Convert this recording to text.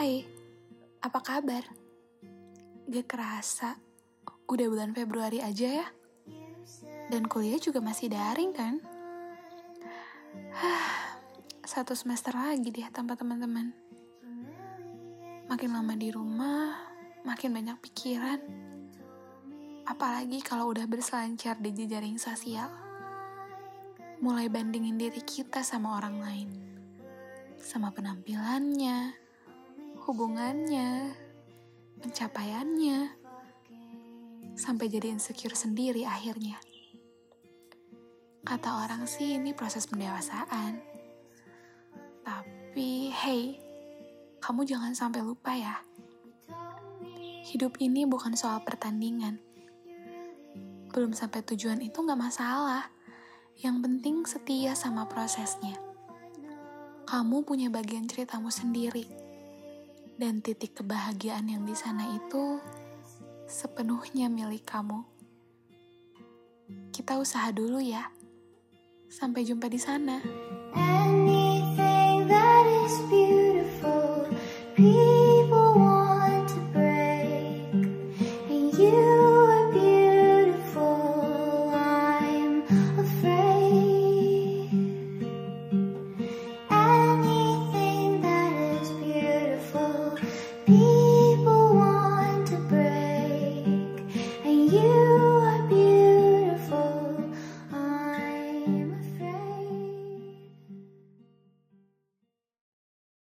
Hai, apa kabar? Gak kerasa, udah bulan Februari aja ya? Dan kuliah juga masih daring kan? Satu semester lagi deh tanpa teman-teman. Makin lama di rumah, makin banyak pikiran. Apalagi kalau udah berselancar di jejaring sosial. Mulai bandingin diri kita sama orang lain. Sama penampilannya, hubungannya, pencapaiannya, sampai jadi insecure sendiri akhirnya. Kata orang sih ini proses pendewasaan. Tapi hey, kamu jangan sampai lupa ya. Hidup ini bukan soal pertandingan. Belum sampai tujuan itu gak masalah. Yang penting setia sama prosesnya. Kamu punya bagian ceritamu sendiri. Dan titik kebahagiaan yang di sana itu sepenuhnya milik kamu. Kita usaha dulu ya. Sampai jumpa di sana. Anything that is beautiful.